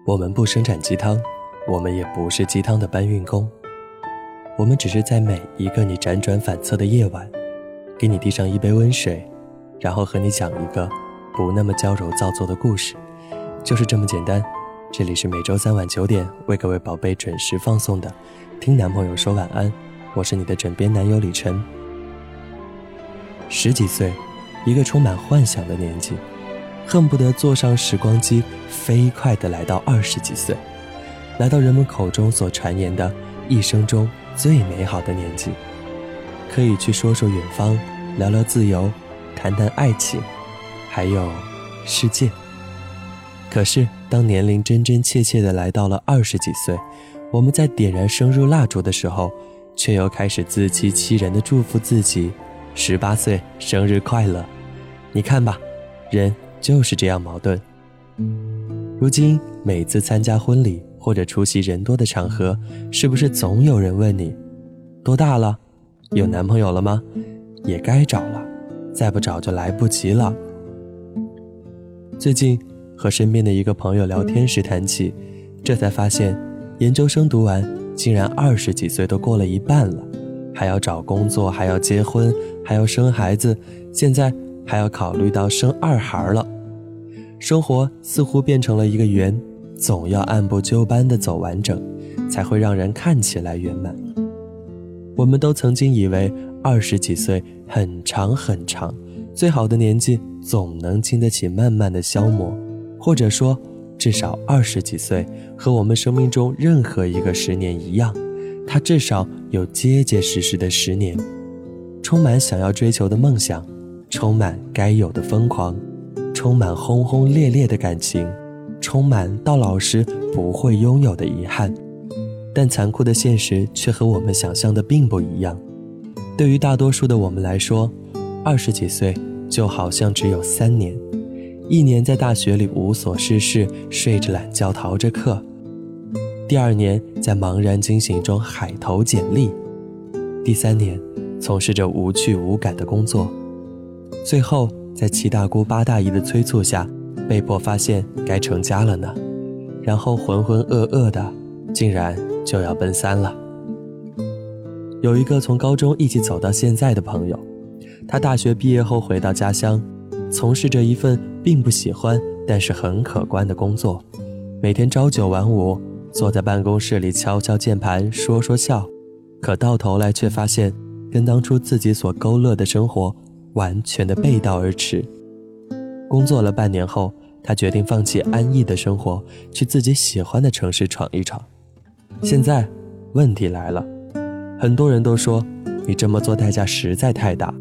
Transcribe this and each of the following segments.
我们不生产鸡汤，我们也不是鸡汤的搬运工，我们只是在每一个你辗转反侧的夜晚，给你递上一杯温水，然后和你讲一个不那么娇柔造作的故事，就是这么简单。这里是每周3晚9点为各位宝贝准时放送的听男朋友说晚安，我是你的枕边男友李晨。10几岁，一个充满幻想的年纪，恨不得坐上时光机飞快地来到20几岁，来到人们口中所传言的一生中最美好的年纪，可以去说说远方，聊聊自由，谈谈爱情，还有世界。可是当年龄真真切切地来到了20几岁，我们在点燃生日蜡烛的时候，却又开始自欺欺人地祝福自己18岁生日快乐。你看吧，人就是这样矛盾。如今每次参加婚礼或者出席人多的场合，是不是总有人问你多大了，有男朋友了吗？也该找了，再不找就来不及了。最近和身边的一个朋友聊天时谈起，这才发现研究生读完竟然20几岁都过了一半了，还要找工作，还要结婚，还要生孩子，现在还要考虑到生2孩了。生活似乎变成了一个圆，总要按部就班地走完整，才会让人看起来圆满。我们都曾经以为20几岁很长很长，最好的年纪总能经得起慢慢的消磨，或者说至少20几岁和我们生命中任何一个10年一样，它至少有结结实实的10年，充满想要追求的梦想，充满该有的疯狂，充满轰轰烈烈的感情，充满到老时不会拥有的遗憾。但残酷的现实却和我们想象的并不一样。对于大多数的我们来说，20几岁就好像只有3年。1年在大学里无所事事，睡着懒觉逃着课，第2年在茫然惊醒中海投简历，第3年从事着无趣无感的工作，最后在7大姑8大姨的催促下被迫发现该成家了呢，然后浑浑噩噩的竟然就要奔3了。有一个从高中一起走到现在的朋友，他大学毕业后回到家乡，从事着一份并不喜欢但是很可观的工作，每天朝9晚5，坐在办公室里敲敲键盘说说笑，可到头来却发现跟当初自己所勾勒的生活完全的背道而驰。工作了半年后，他决定放弃安逸的生活，去自己喜欢的城市闯一闯。现在问题来了，很多人都说你这么做代价实在太大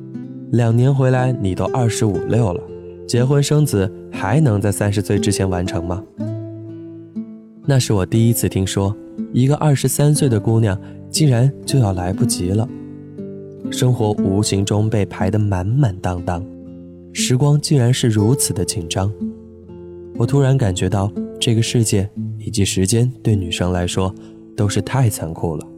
，2年回来你都25、6了，结婚生子还能在30岁之前完成吗？那是我第一次听说一个23岁的姑娘竟然就要来不及了。生活无形中被排得满满当当，时光竟然是如此的紧张。我突然感觉到这个世界以及时间对女生来说都是太残酷了。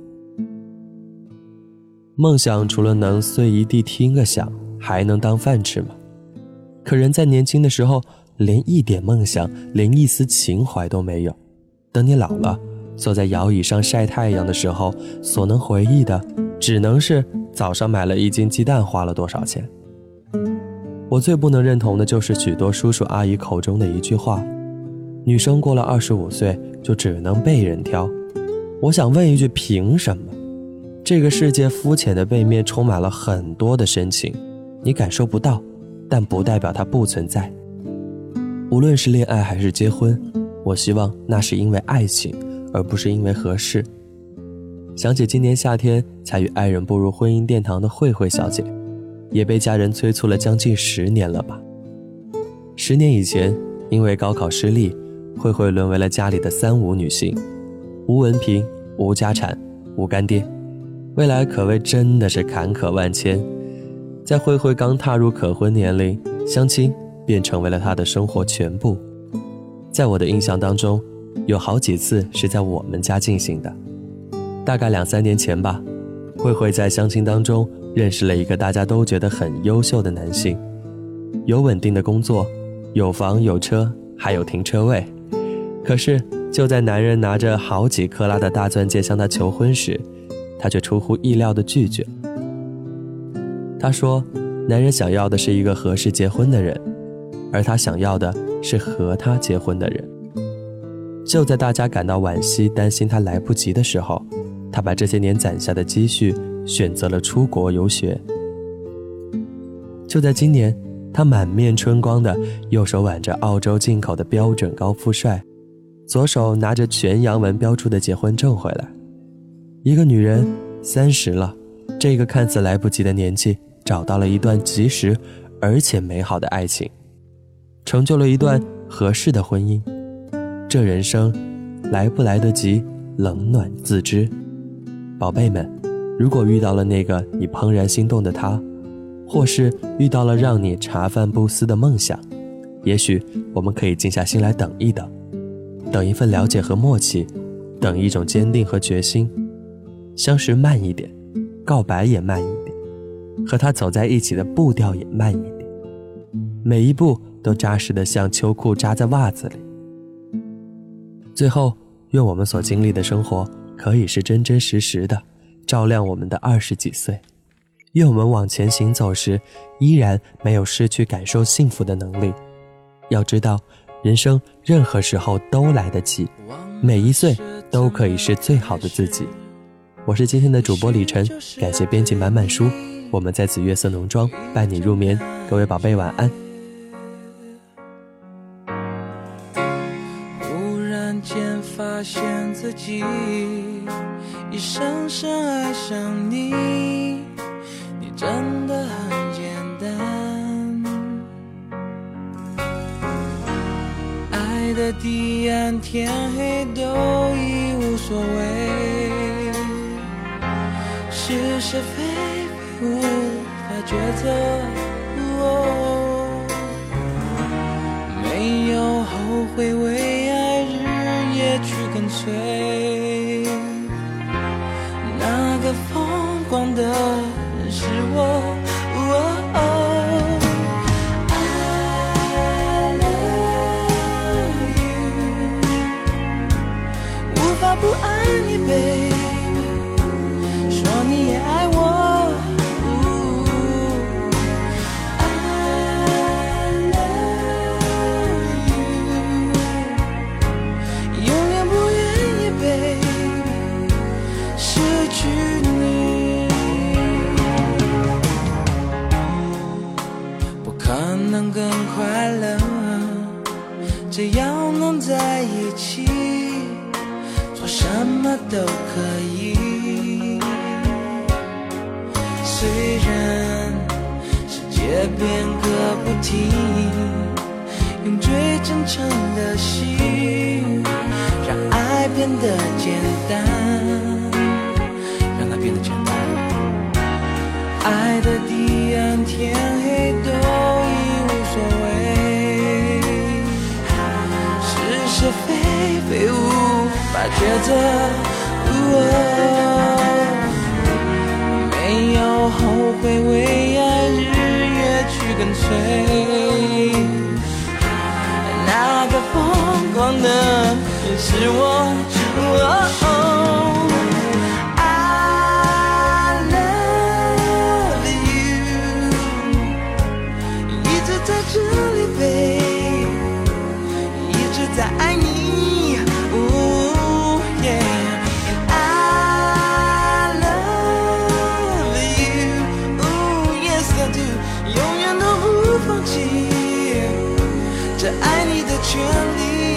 梦想除了能碎一地听个响，还能当饭吃吗？可人在年轻的时候连一点梦想，连一丝情怀都没有，等你老了，坐在摇椅上晒太阳的时候，所能回忆的只能是早上买了1斤鸡蛋花了多少钱。我最不能认同的就是许多叔叔阿姨口中的一句话，女生过了25岁就只能被人挑。我想问一句，凭什么？这个世界肤浅的背面充满了很多的深情，你感受不到，但不代表它不存在。无论是恋爱还是结婚，我希望那是因为爱情，而不是因为合适。想起今年夏天才与爱人步入婚姻殿堂的慧慧小姐，也被家人催促了将近10年了吧。10年以前，因为高考失利，慧慧沦为了家里的3无女性，无文凭，无家产，无干爹，未来可谓真的是坎坷万千。在慧慧刚踏入可婚年龄，相亲便成为了她的生活全部。在我的印象当中，有好几次是在我们家进行的。大概2、3年前吧，慧慧在相亲当中认识了一个大家都觉得很优秀的男性，有稳定的工作，有房有车，还有停车位。 可是就在男人拿着好几克拉的大钻戒向她求婚时，她却出乎意料地拒绝。她说男人想要的是一个合适结婚的人，而她想要的是和他结婚的人。就在大家感到惋惜担心他来不及的时候，他把这些年攒下的积蓄选择了出国游学。就在今年，他满面春光的右手挽着澳洲进口的标准高富帅，左手拿着全洋文标注的结婚证回来。一个女人30了，这个看似来不及的年纪，找到了一段及时而且美好的爱情，成就了一段合适的婚姻。这人生来不来得及，冷暖自知。宝贝们，如果遇到了那个你怦然心动的他，或是遇到了让你茶饭不思的梦想，也许我们可以静下心来等一等，等一份了解和默契，等一种坚定和决心。相识慢一点，告白也慢一点，和他走在一起的步调也慢一点，每一步都扎实得像秋裤扎在袜子里。最后，愿我们所经历的生活可以是真真实实的照亮我们的20几岁，愿我们往前行走时依然没有失去感受幸福的能力。要知道，人生任何时候都来得及，每一岁都可以是最好的自己。我是今天的主播李晨，感谢编辑满满书，我们在此月色浓妆伴你入眠，各位宝贝晚安。 发现自己已深深爱上你，你真的很简单。爱的地暗天黑都已无所谓，是是非非无法抉择，没有后悔为爱日夜去跟随，那个疯狂的人是我。I love you， 无法不爱你 baby， 说你也爱我。更快乐，只要能在一起，做什么都可以。虽然世界变个不停，用最真诚的心，让爱变得简单，让它变得简单。爱的地暗天黑都所谓，是是非非无法抉择，没有后悔为爱日夜去跟随，那个疯狂的人是我。这里飞，一直在爱你。Yeah, and I love you. Yes, I do. 永远都不放弃这爱你的权利。